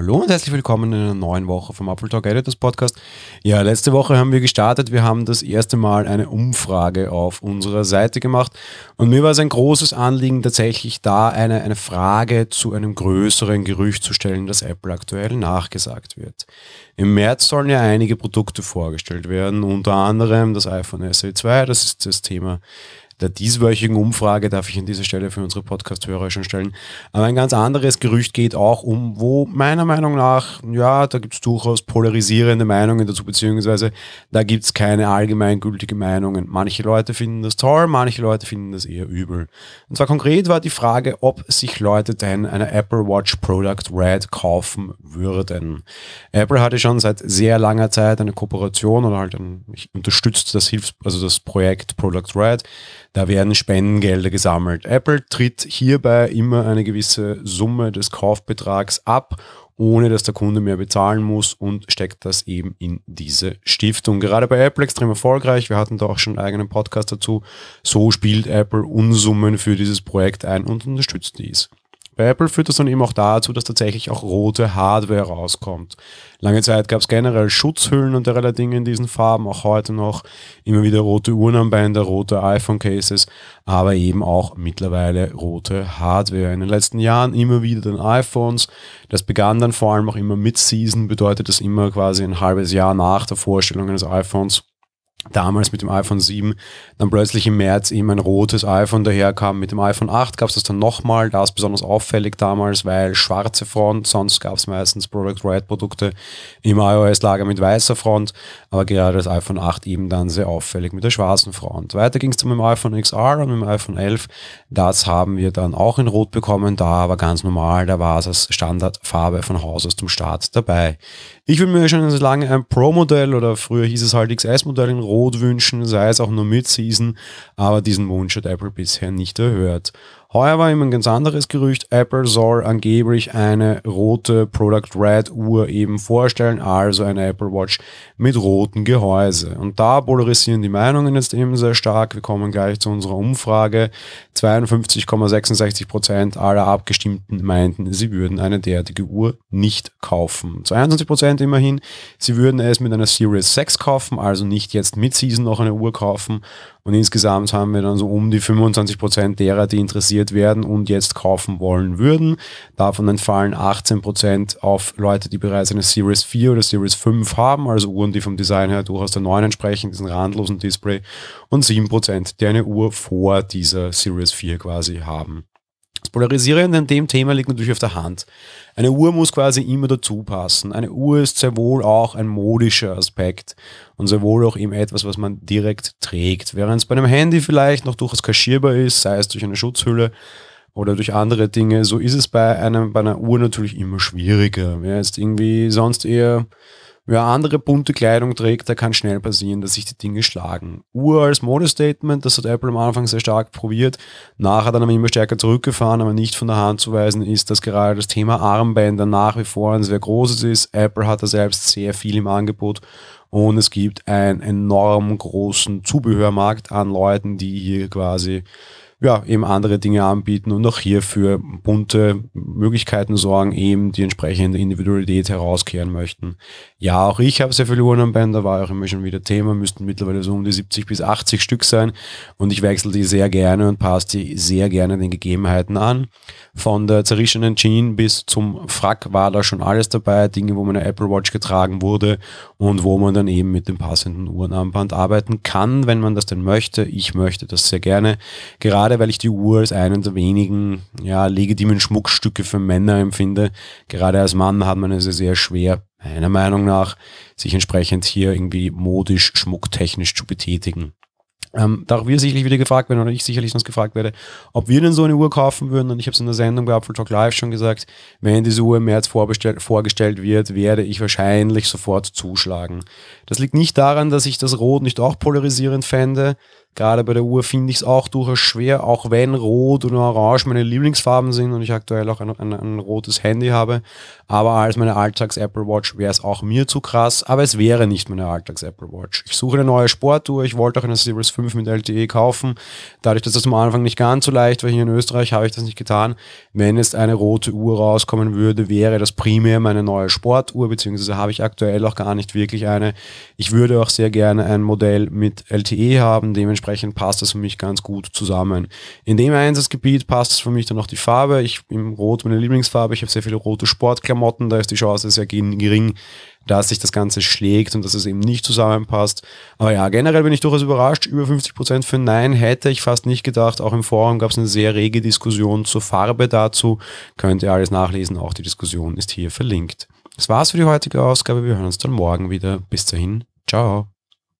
Hallo und herzlich willkommen in einer neuen Woche vom Apple Talk Editors Podcast. Ja, letzte Woche haben wir gestartet. Wir haben das erste Mal eine Umfrage auf unserer Seite gemacht und mir war es ein großes Anliegen, tatsächlich da eine Frage zu einem größeren Gerücht zu stellen, das Apple aktuell nachgesagt wird. Im März sollen ja einige Produkte vorgestellt werden, unter anderem das iPhone SE 2, das ist das Thema der dieswöchigen Umfrage, darf ich an dieser Stelle für unsere Podcast-Hörer schon stellen. Aber ein ganz anderes Gerücht geht auch um, wo meiner Meinung nach, ja, da gibt es durchaus polarisierende Meinungen dazu, beziehungsweise da gibt es keine allgemeingültige Meinungen. Manche Leute finden das toll, manche Leute finden das eher übel. Und zwar konkret war die Frage, ob sich Leute denn eine Apple Watch Product Red kaufen würden. Apple hatte schon seit sehr langer Zeit eine Kooperation oder halt unterstützt das Projekt Product Red. Da werden Spendengelder gesammelt. Apple tritt hierbei immer eine gewisse Summe des Kaufbetrags ab, ohne dass der Kunde mehr bezahlen muss und steckt das eben in diese Stiftung. Gerade bei Apple extrem erfolgreich. Wir hatten da auch schon einen eigenen Podcast dazu. So spielt Apple Unsummen für dieses Projekt ein und unterstützt dies. Bei Apple führt das dann eben auch dazu, dass tatsächlich auch rote Hardware rauskommt. Lange Zeit gab es generell Schutzhüllen und derlei Dinge in diesen Farben, auch heute noch immer wieder rote Uhrenarmbänder, rote iPhone-Cases, aber eben auch mittlerweile rote Hardware. In den letzten Jahren immer wieder den iPhones. Das begann dann vor allem auch immer Mid-Season, bedeutet das immer quasi ein halbes Jahr nach der Vorstellung eines iPhones. Damals mit dem iPhone 7, dann plötzlich im März eben ein rotes iPhone daherkam. Mit dem iPhone 8 gab es das dann nochmal, da ist besonders auffällig damals, weil schwarze Front, sonst gab es meistens Product Red Produkte im iOS-Lager mit weißer Front, aber gerade das iPhone 8 eben dann sehr auffällig mit der schwarzen Front. Weiter ging es dann mit dem iPhone XR und mit dem iPhone 11, das haben wir dann auch in Rot bekommen, da aber ganz normal, da war es als Standardfarbe von Haus aus zum Start dabei. Ich will mir schon so lange ein Pro-Modell oder früher hieß es halt XS-Modell in Rot wünschen, sei es auch nur Mid-Season, aber diesen Wunsch hat Apple bisher nicht erhört. Heuer war immer ein ganz anderes Gerücht. Apple soll angeblich eine rote Product Red Uhr eben vorstellen, also eine Apple Watch mit rotem Gehäuse. Und da polarisieren die Meinungen jetzt eben sehr stark. Wir kommen gleich zu unserer Umfrage. 52,66% aller Abgestimmten meinten, sie würden eine derartige Uhr nicht kaufen. 22% immerhin, sie würden es mit einer Series 6 kaufen, also nicht jetzt Mid-Season noch eine Uhr kaufen. Und insgesamt haben wir dann so um die 25% derer, die interessiert werden und jetzt kaufen wollen würden. Davon entfallen 18% auf Leute, die bereits eine Series 4 oder Series 5 haben, also Uhren, die vom Design her durchaus der neuen entsprechen, diesen randlosen Display. Und 7%, die eine Uhr vor dieser Series 4 quasi haben. Das Polarisierende in dem Thema liegt natürlich auf der Hand. Eine Uhr muss quasi immer dazu passen. Eine Uhr ist sehr wohl auch ein modischer Aspekt und sehr wohl auch eben etwas, was man direkt trägt. Während es bei einem Handy vielleicht noch durchaus kaschierbar ist, sei es durch eine Schutzhülle oder durch andere Dinge, so ist es bei einer Uhr natürlich immer schwieriger. Wer jetzt irgendwie sonst eher andere bunte Kleidung trägt, da kann schnell passieren, dass sich die Dinge schlagen. Uhr als Modestatement, das hat Apple am Anfang sehr stark probiert, nachher dann aber immer stärker zurückgefahren, aber nicht von der Hand zu weisen ist, dass gerade das Thema Armbänder nach wie vor ein sehr großes ist. Apple hat da selbst sehr viel im Angebot und es gibt einen enorm großen Zubehörmarkt an Leuten, die hier quasi eben andere Dinge anbieten und auch hier für bunte Möglichkeiten sorgen, eben die entsprechende Individualität herauskehren möchten. Ja, auch ich habe sehr viele Uhrenarmbänder, war auch immer schon wieder Thema, müssten mittlerweile so um die 70 bis 80 Stück sein und ich wechsle die sehr gerne und passe die sehr gerne den Gegebenheiten an. Von der zerrischenen Jeans bis zum Frack war da schon alles dabei, Dinge, wo meine Apple Watch getragen wurde und wo man dann eben mit dem passenden Uhrenarmband arbeiten kann, wenn man das denn möchte. Ich möchte das sehr gerne, gerade weil ich die Uhr als einen der wenigen legitimen Schmuckstücke für Männer empfinde. Gerade als Mann hat man es sehr schwer, meiner Meinung nach, sich entsprechend hier irgendwie modisch, schmucktechnisch zu betätigen. Da wir sicherlich wieder gefragt werden, oder ich sicherlich sonst gefragt werde, ob wir denn so eine Uhr kaufen würden. Und ich habe es in der Sendung bei Apple Talk Live schon gesagt, wenn diese Uhr im März vorgestellt wird, werde ich wahrscheinlich sofort zuschlagen. Das liegt nicht daran, dass ich das Rot nicht auch polarisierend fände. Gerade bei der Uhr finde ich es auch durchaus schwer, auch wenn Rot oder Orange meine Lieblingsfarben sind und ich aktuell auch ein rotes Handy habe. Aber als meine Alltags-Apple Watch wäre es auch mir zu krass, aber es wäre nicht meine Alltags-Apple Watch. Ich suche eine neue Sportuhr, ich wollte auch eine Series 5 mit LTE kaufen. Dadurch, dass das am Anfang nicht ganz so leicht war hier in Österreich, habe ich das nicht getan. Wenn jetzt eine rote Uhr rauskommen würde, wäre das primär meine neue Sportuhr, beziehungsweise habe ich aktuell auch gar nicht wirklich eine. Ich würde auch sehr gerne ein Modell mit LTE haben, dementsprechend passt das für mich ganz gut zusammen. In dem Einsatzgebiet passt es für mich dann noch die Farbe. Ich im Rot meine Lieblingsfarbe, ich habe sehr viele rote Sportklamotten, da ist die Chance sehr gering, dass sich das Ganze schlägt und dass es eben nicht zusammenpasst. Aber ja, generell bin ich durchaus überrascht. Über 50% für Nein hätte ich fast nicht gedacht. Auch im Forum gab es eine sehr rege Diskussion zur Farbe dazu. Könnt ihr alles nachlesen, auch die Diskussion ist hier verlinkt. Das war's für die heutige Ausgabe. Wir hören uns dann morgen wieder. Bis dahin, ciao.